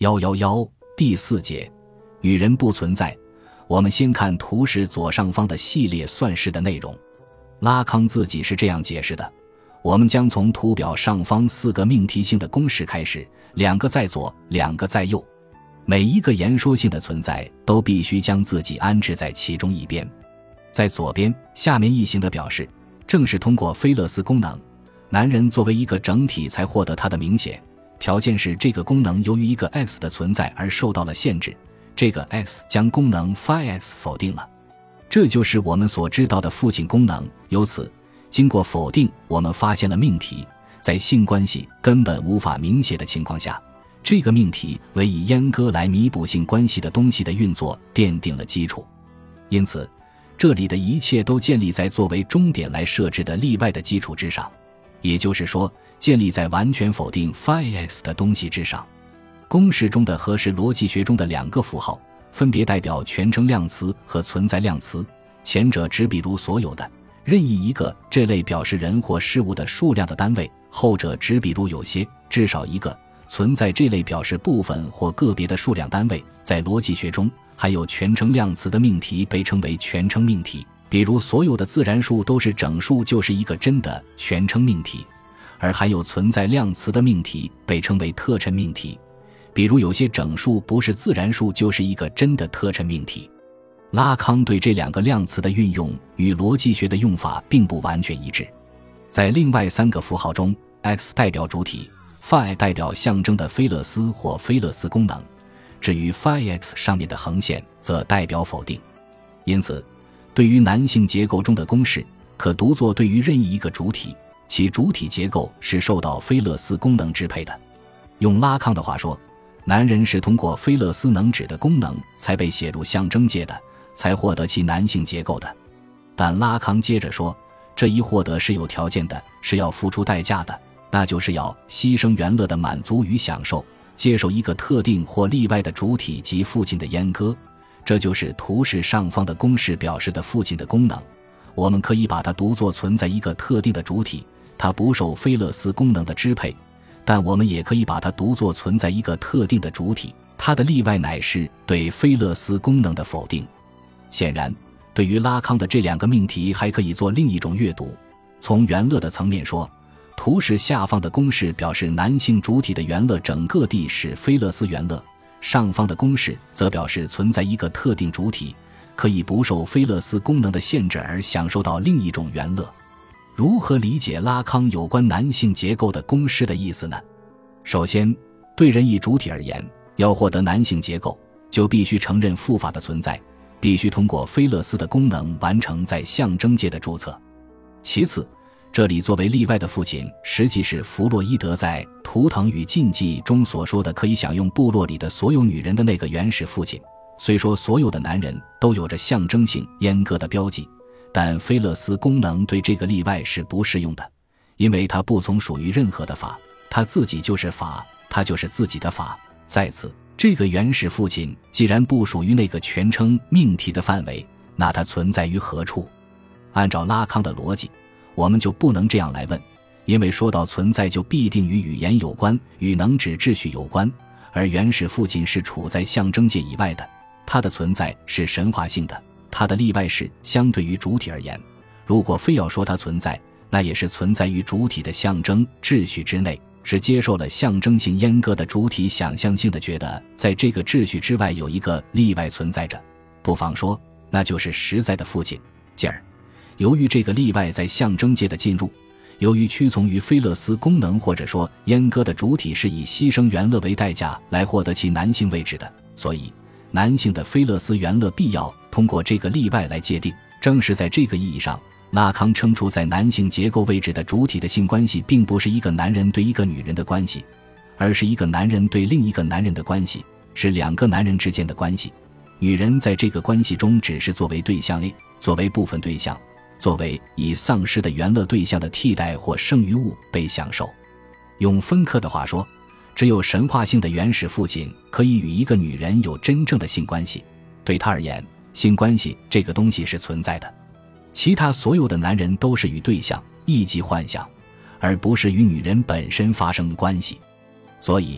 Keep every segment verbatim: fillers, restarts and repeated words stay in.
一一一第四节，女人不存在。我们先看图示左上方的系列算式的内容。拉康自己是这样解释的：我们将从图表上方四个命题性的公式开始，两个在左，两个在右。每一个言说性的存在都必须将自己安置在其中一边。在左边，下面一行的表示，正是通过菲勒斯功能，男人作为一个整体才获得它的明显条件是这个功能由于一个 x 的存在而受到了限制，这个 x 将功能 phi x 否定了。这就是我们所知道的父亲功能。由此经过否定，我们发现了命题在性关系根本无法明写的情况下，这个命题为以阉割来弥补性关系的东西的运作奠定了基础。因此这里的一切都建立在作为终点来设置的例外的基础之上，也就是说建立在完全否定 phi x 的东西之上。公式中的和是逻辑学中的两个符号，分别代表全称量词和存在量词，前者指比如所有的任意一个这类表示人或事物的数量的单位，后者指比如有些至少一个存在这类表示部分或个别的数量单位。在逻辑学中还有全称量词的命题被称为全称命题，比如所有的自然数都是整数就是一个真的全称命题。而还有存在量词的命题被称为特称命题，比如有些整数不是自然数就是一个真的特称命题。拉康对这两个量词的运用与逻辑学的用法并不完全一致。在另外三个符号中， x 代表主体， phi 代表象征的菲勒斯或菲勒斯功能，至于 phi x 上面的横线则代表否定。因此对于男性结构中的公式可读作对于任意一个主体，其主体结构是受到菲勒斯功能支配的。用拉康的话说，男人是通过菲勒斯能指的功能才被写入象征界的，才获得其男性结构的。但拉康接着说，这一获得是有条件的，是要付出代价的，那就是要牺牲原乐的满足与享受，接受一个特定或例外的主体及父亲的阉割。这就是图示上方的公式表示的父亲的功能。我们可以把它读作存在一个特定的主体，它不受菲勒斯功能的支配，但我们也可以把它读作存在一个特定的主体，它的例外乃是对菲勒斯功能的否定。显然对于拉康的这两个命题还可以做另一种阅读。从原乐的层面说，图示下方的公式表示男性主体的原乐整个地是菲勒斯原乐，上方的公式则表示存在一个特定主体可以不受菲勒斯功能的限制而享受到另一种原乐。如何理解拉康有关男性结构的公式的意思呢？首先，对任意主体而言，要获得男性结构，就必须承认父法的存在，必须通过菲勒斯的功能完成在象征界的注册。其次，这里作为例外的父亲实际是弗洛伊德在《图腾与禁忌》中所说的可以享用部落里的所有女人的那个原始父亲。虽说所有的男人都有着象征性阉割的标记，但菲勒斯功能对这个例外是不适用的，因为它不从属于任何的法，他自己就是法，他就是自己的法。在此，这个原始父亲既然不属于那个全称命题的范围，那它存在于何处？按照拉康的逻辑，我们就不能这样来问，因为说到存在就必定与语言有关，与能指秩序有关，而原始父亲是处在象征界以外的，它的存在是神话性的，它的例外是相对于主体而言，如果非要说它存在，那也是存在于主体的象征秩序之内，是接受了象征性阉割的主体想象性的觉得在这个秩序之外有一个例外存在着。不妨说，那就是实在的父亲。继而由于这个例外在象征界的进入，由于屈从于菲勒斯功能或者说阉割的主体是以牺牲原乐为代价来获得其男性位置的，所以男性的菲勒斯原乐必要通过这个例外来界定。正是在这个意义上，拉康称出在男性结构位置的主体的性关系并不是一个男人对一个女人的关系，而是一个男人对另一个男人的关系，是两个男人之间的关系。女人在这个关系中只是作为对象 A， 作为部分对象，作为已丧失的原乐对象的替代或剩余物被享受。用芬克的话说，只有神话性的原始父亲可以与一个女人有真正的性关系，对他而言，性关系这个东西是存在的。其他所有的男人都是与对象亦即幻想，而不是与女人本身发生关系。所以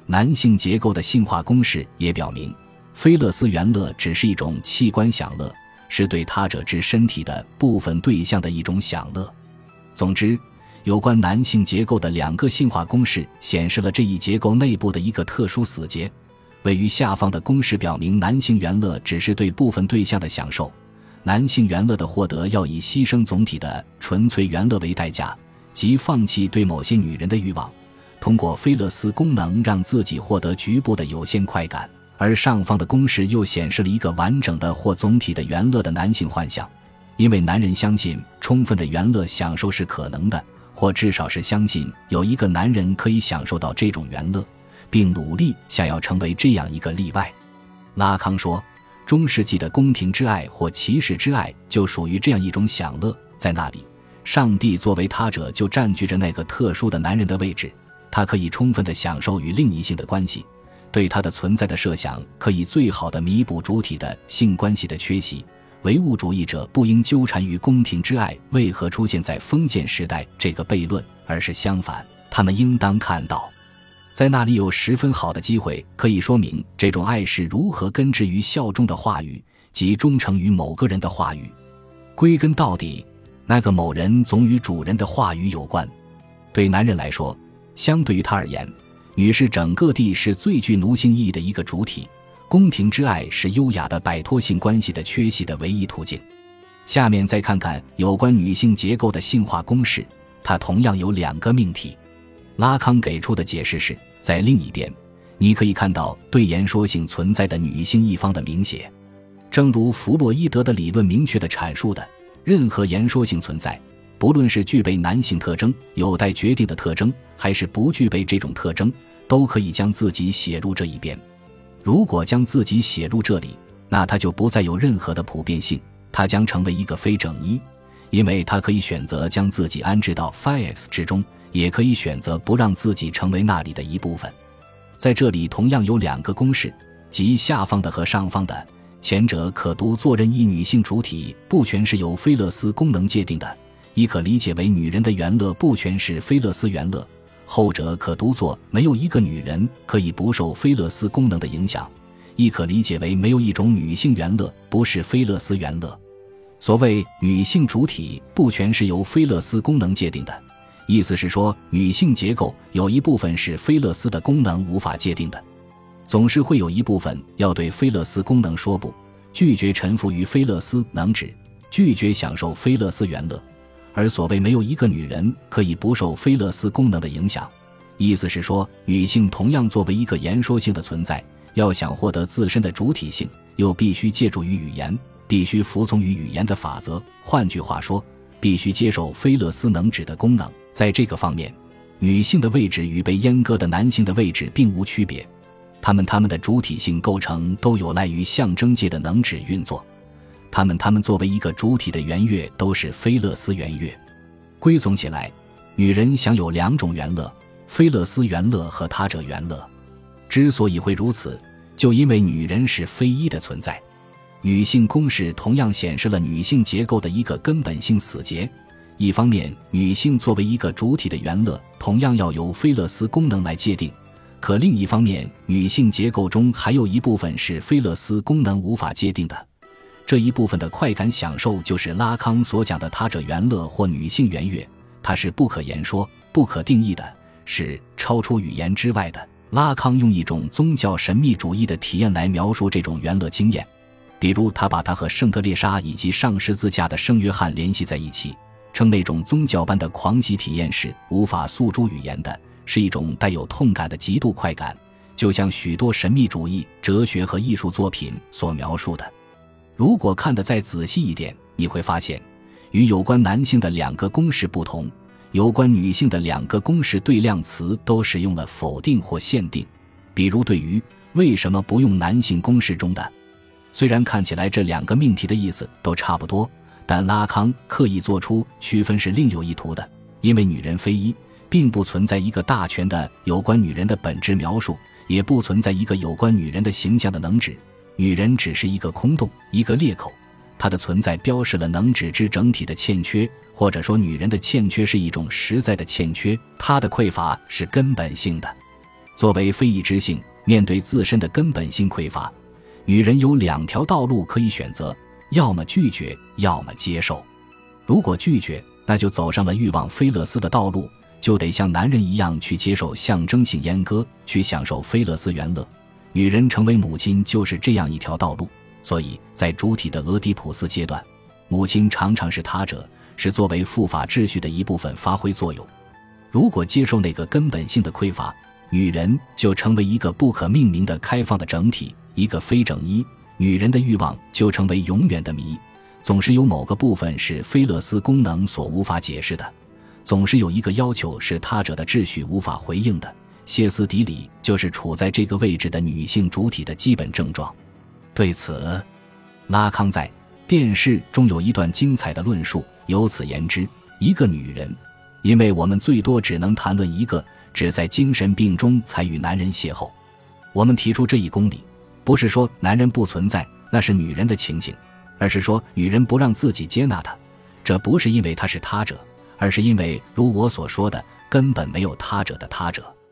男性结构的性化公式也表明，菲勒斯原乐只是一种器官享乐，是对他者之身体的部分对象的一种享乐。总之，有关男性结构的两个性化公式显示了这一结构内部的一个特殊死结。位于下方的公式表明，男性原乐只是对部分对象的享受，男性原乐的获得要以牺牲总体的纯粹原乐为代价，即放弃对某些女人的欲望，通过菲勒斯功能让自己获得局部的有限快感。而上方的公式又显示了一个完整的或总体的原乐的男性幻象，因为男人相信充分的原乐享受是可能的，或至少是相信有一个男人可以享受到这种原乐，并努力想要成为这样一个例外。拉康说，中世纪的宫廷之爱或骑士之爱就属于这样一种享乐，在那里，上帝作为他者就占据着那个特殊的男人的位置，他可以充分地享受与另一性的关系，对他的存在的设想可以最好地弥补主体的性关系的缺席。唯物主义者不应纠缠于宫廷之爱为何出现在封建时代这个悖论，而是相反，他们应当看到在那里有十分好的机会可以说明这种爱是如何根植于效忠的话语及忠诚于某个人的话语。归根到底，那个某人总与主人的话语有关。对男人来说，相对于他而言，女士整个地是最具奴性意义的一个主体，宫廷之爱是优雅的摆脱性关系的缺席的唯一途径。下面再看看有关女性结构的性化公式，它同样有两个命题。拉康给出的解释是，在另一边，你可以看到对言说性存在的女性一方的明写。正如弗洛伊德的理论明确地阐述的，任何言说性存在，不论是具备男性特征、有待决定的特征，还是不具备这种特征，都可以将自己写入这一边。如果将自己写入这里，那它就不再有任何的普遍性，它将成为一个非整一，因为它可以选择将自己安置到 phi-x 之中，也可以选择不让自己成为那里的一部分。在这里同样有两个公式，即下方的和上方的，前者可读作任意女性主体不全是由菲勒斯功能界定的，亦可理解为女人的原乐不全是菲勒斯原乐，后者可读作没有一个女人可以不受菲勒斯功能的影响，亦可理解为没有一种女性原乐不是菲勒斯原乐。所谓女性主体不全是由菲勒斯功能界定的，意思是说女性结构有一部分是菲勒斯的功能无法界定的，总是会有一部分要对菲勒斯功能说不，拒绝臣服于菲勒斯能指，拒绝享受菲勒斯原乐。而所谓没有一个女人可以不受菲勒斯功能的影响，意思是说女性同样作为一个言说性的存在，要想获得自身的主体性，又必须借助于语言，必须服从于语言的法则，换句话说，必须接受菲勒斯能指的功能。在这个方面，女性的位置与被阉割的男性的位置并无区别，她们她们的主体性构成都有赖于象征界的能指运作，她们她们作为一个主体的原乐都是菲勒斯原乐。归总起来，女人享有两种原乐，菲勒斯原乐和他者原乐。之所以会如此，就因为女人是非一的存在。女性公式同样显示了女性结构的一个根本性死结。一方面，女性作为一个主体的原乐同样要由菲勒斯功能来界定，可另一方面，女性结构中还有一部分是菲勒斯功能无法界定的。这一部分的快感享受就是拉康所讲的他者原乐或女性原乐，它是不可言说、不可定义的，是超出语言之外的。拉康用一种宗教神秘主义的体验来描述这种原乐经验，比如他把它和圣特列莎以及上十字架的圣约翰联系在一起，称那种宗教般的狂喜体验是无法诉诸语言的，是一种带有痛感的极度快感，就像许多神秘主义、哲学和艺术作品所描述的。如果看得再仔细一点，你会发现，与有关男性的两个公式不同，有关女性的两个公式对量词都使用了否定或限定，比如对于为什么不用男性公式中的。虽然看起来这两个命题的意思都差不多，但拉康刻意做出区分是另有意图的，因为女人非一，并不存在一个大全的有关女人的本质描述，也不存在一个有关女人的形象的能指，女人只是一个空洞，一个裂口，它的存在标示了能指之整体的欠缺，或者说女人的欠缺是一种实在的欠缺，她的匮乏是根本性的。 作为非异质性，面对自身的根本性匮乏，女人有两条道路可以选择，要么拒绝，要么接受。如果拒绝，那就走上了欲望菲勒斯的道路，就得像男人一样去接受象征性阉割，去享受菲勒斯原乐。女人成为母亲就是这样一条道路，所以在主体的俄狄浦斯阶段，母亲常常是他者，是作为父法秩序的一部分发挥作用。如果接受那个根本性的匮乏，女人就成为一个不可命名的开放的整体，一个非整一，女人的欲望就成为永远的谜，总是有某个部分是菲勒斯功能所无法解释的，总是有一个要求是他者的秩序无法回应的。歇斯底里就是处在这个位置的女性主体的基本症状。对此，拉康在《电视》中有一段精彩的论述，由此言之，一个女人，因为我们最多只能谈论一个，只在精神病中才与男人邂逅。我们提出这一公理，不是说男人不存在，那是女人的情形，而是说女人不让自己接纳他，这不是因为他是他者，而是因为如我所说的，根本没有他者的他者。